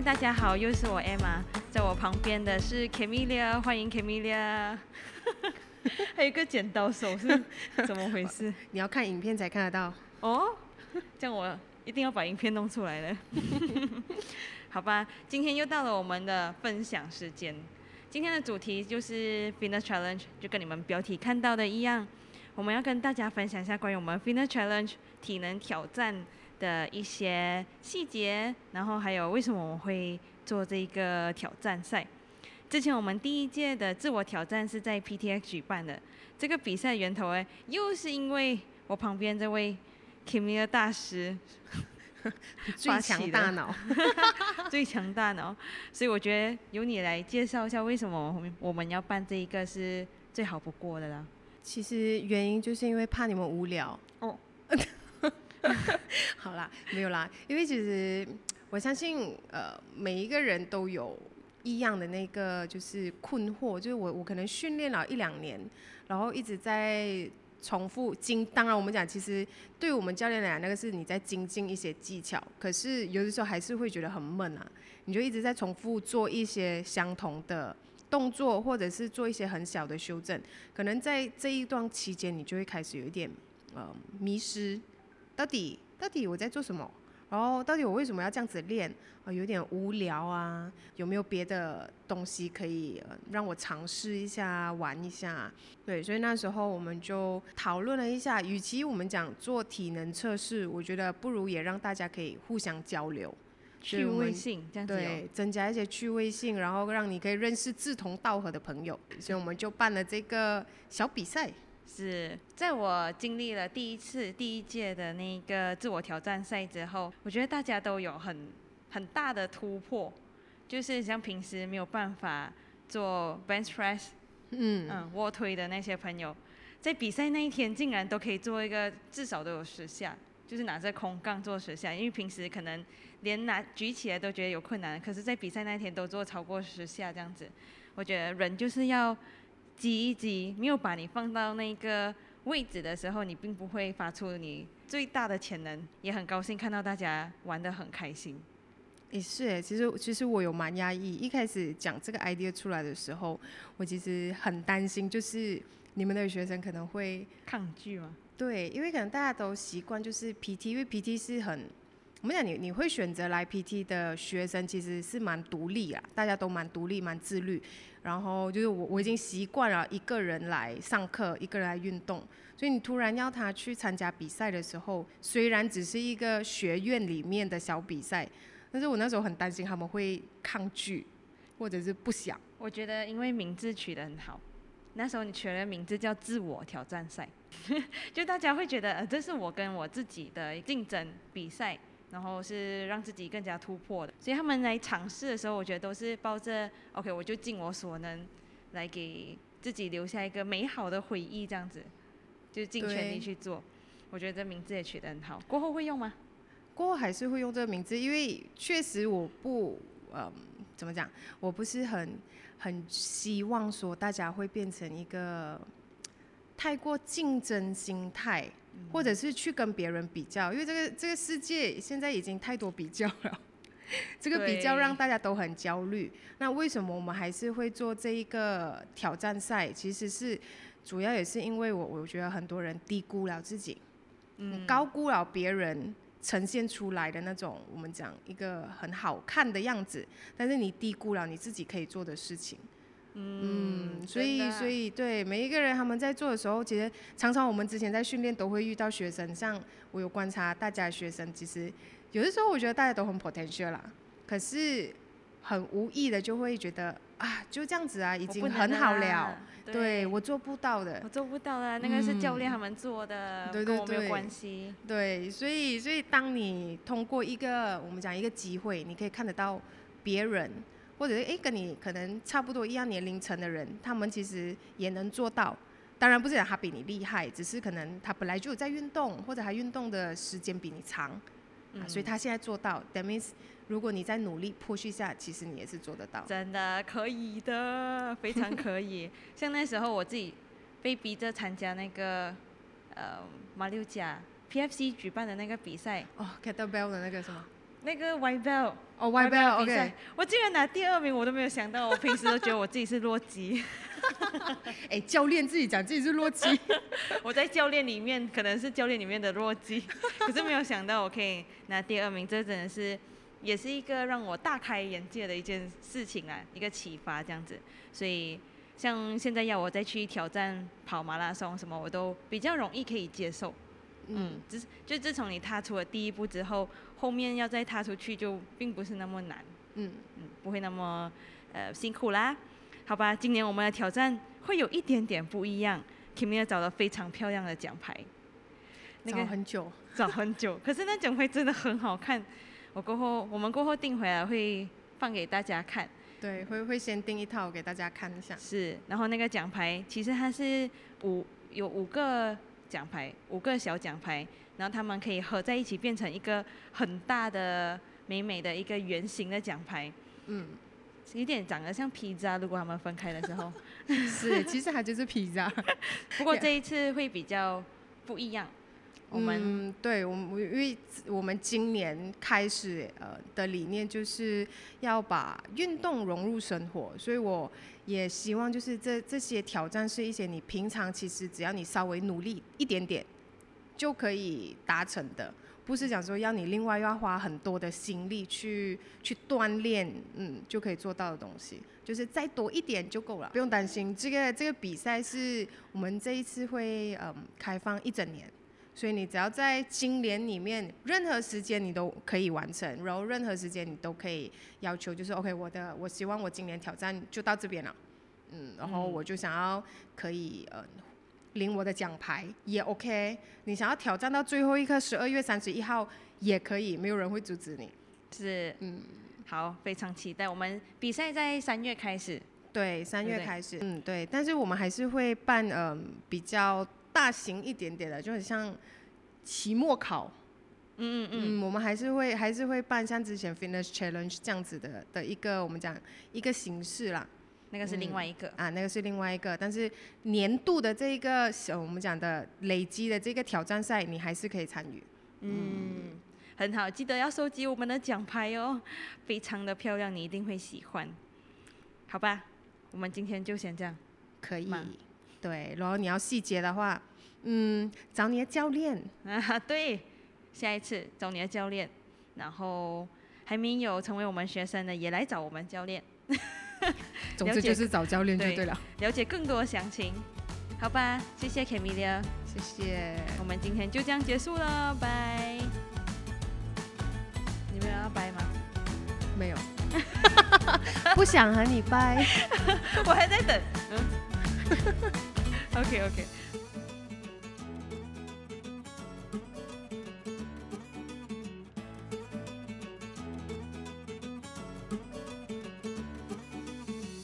大家好，又是我 Emma， 在我旁边的是 Camelia， 欢迎 Camelia。还有一个剪刀手是怎么回事？ 你要看影片才看得到哦，这样我一定要把影片弄出来了。好吧，今天又到了我们的分享时间。今天的主题就是 Fitness Challenge， 就跟你们标题看到的一样，我们要跟大家分享一下关于我们 Fitness Challenge 体能挑战的一些细节，然后还有为什么我们会做这个挑战赛。之前我们第一届的自我挑战是在 PTX 举办的，这个比赛源头又是因为我旁边这位 Kimia 大师最强大脑最强大脑，所以我觉得由你来介绍一下为什么我们要办这一个是最好不过的啦。 其实原因就是因为怕你们无聊哦。 好啦，没有啦，因为其实我相信每一个人都有一样的那个就是困惑，就是我可能训练了1-2年，然后一直在重复当然我们讲其实对于我们教练来讲，那个是你在精进一些技巧，可是有的时候还是会觉得很闷啊，你就一直在重复做一些相同的动作，或者是做一些很小的修正，可能在这一段期间你就会开始有一点迷失，到底我在做什么，然后到底我为什么要这样子练，有点无聊啊，有没有别的东西可以让我尝试一下玩一下。对，所以那时候我们就讨论了一下，与其我们讲做体能测试，我觉得不如也让大家可以互相交流， 趣味性这样子， 对，增加一些趣味性，然后让你可以认识志同道合的朋友，所以我们就办了这个小比赛。 是在我经历了第一届的那个自我挑战赛之后，我觉得大家都有很大的突破，就是像平时没有办法做 bench press 卧推的那些朋友，在比赛那一天竟然都可以做一个至少都有10下，就是拿着空杠做10下，因为平时可能连举起来都觉得有困难，可是在比赛那一天都做超过10下这样子。我觉得人就是要挤一挤，没有把你放到那个位置的时候，你并不会发出你最大的潜能。也很高兴看到大家玩得很开心。 也是耶，其实我有蛮压抑，一开始讲这个 idea 出来的时候，我其实很担心，就是你们的学生可能会抗拒吗？ 对，因为可能大家都习惯就是 PT， 因为 PT 是很我们讲你会选择来 PT 的学生其实是蛮独立啊，大家都蛮独立蛮自律，然后就是我已经习惯了一个人来上课，一个人来运动，所以你突然要他去参加比赛的时候，虽然只是一个学院里面的小比赛，但是我那时候很担心他们会抗拒或者是不想。 我觉得因为名字取得很好，那时候你取了名字叫自我挑战赛就大家会觉得这是我跟我自己的竞争比赛，然后是让自己更加突破的，所以他们来尝试的时候，我觉得都是抱着 OK， 我就尽我所能来给自己留下一个美好的回忆，这样子就尽全力去做。我觉得这名字也取得很好。过后会用吗？ 过后还是会用这个名字，因为确实我不怎么讲，我不是很希望说大家会变成一个太过竞争心态，或者是去跟别人比较，因为这个世界现在已经太多比较了，这个比较让大家都很焦虑。那为什么我们还是会做这一个挑战赛？其实是主要也是因为我觉得很多人低估了自己，高估了别人呈现出来的那种我们讲一个很好看的样子，但是你低估了你自己可以做的事情。所以对每一个人他们在做的时候，其实常常我们之前在训练都会遇到学生，像我有观察大家的学生，其实有的时候我觉得大家都很 potential 啦，可是很无意的就会觉得啊，就这样子啊，已经很好了，对，我做不到的， 我做不到的，那个是教练他们做的，跟我没有关系。 对，所以当你通过一个我们讲一个机会，你可以看得到别人。或者是跟你可能差不多一样年龄层的人，他们其实也能做到。当然不是讲他比你厉害，只是可能他本来就有在运动，或者他运动的时间比你长，所以他现在做到。That means 如果你再努力 push 一下，其实你也是做得到。 真的可以的，非常可以。像那时候我自己被逼着参加那个马六甲 PFC 举办的那个比赛。 kettlebell 的那个什么？ 那个 white belt 哦，Y bell 比赛 OK。 我竟然拿第2名，我都没有想到。我平时都觉得我自己是弱鸡， 哎，教练自己讲自己是弱鸡。 我在教练里面可能是教练里面的弱鸡，可是没有想到我可以拿第2名，这真的是也是一个让我大开眼界的一件事情啦，一个启发这样子。所以像现在要我再去挑战跑马拉松什么，我都比较容易可以接受。就自从你踏出了第一步之后，后面要再踏出去就并不是那么难，不会那么辛苦啦。好吧，今年我们的挑战会有一点点不一样。Camila 找了非常漂亮的奖牌， 找很久， 找很久，可是那奖牌真的很好看。我们过后订回来会放给大家看。 对，会先订一套给大家看一下。 是，然后那个奖牌其实它是有5个奖牌，5个小奖牌，然后它们可以合在一起变成一个很大的美美的一个圆形的奖牌。有点长得像披萨，如果他们分开的时候。 是，其实它就是披萨。 不过这一次会比较不一样。 对，因为我们今年开始的理念就是要把运动融入生活，所以我也希望就是这些挑战是一些你平常其实只要你稍微努力一点点就可以达成的，不是讲说要你另外要花很多的心力去锻炼，就可以做到的东西，就是再多一点就够了，不用担心。这个比赛是我们这一次会开放1整年。所以你只要在今年里面，任何时间你都可以完成，然后任何时间你都可以要求，就是 OK， 我希望我今年挑战就到这边了，然后我就想要可以领我的奖牌也 OK， 你想要挑战到最后一刻12月31号也可以，没有人会阻止你。 是，好，非常期待。我们比赛在3月开始。 对，3月开始，对，但是我们还是会办比较大型一点点的，就很像期末考，我们还是会办像之前 Fitness Challenge 这样子的一个我们讲一个形式啦。 那个是另外一个那个是另外一个，但是年度的这一个我们讲的累积的这个挑战赛，你还是可以参与。 很好，记得要收集我们的奖牌哦，非常的漂亮，你一定会喜欢。好吧，我们今天就先这样。 可以。对，然后你要细节的话，找你的教练对，下一次找你的教练，然后还没有成为我们学生的也来找我们教练。 总之就是找教练就对了。 了解更多详情，好吧？谢谢 Camila， 谢谢。 我们今天就这样结束了，拜。你们要拜吗？ 没有，不想和你拜。 我还在等。OK。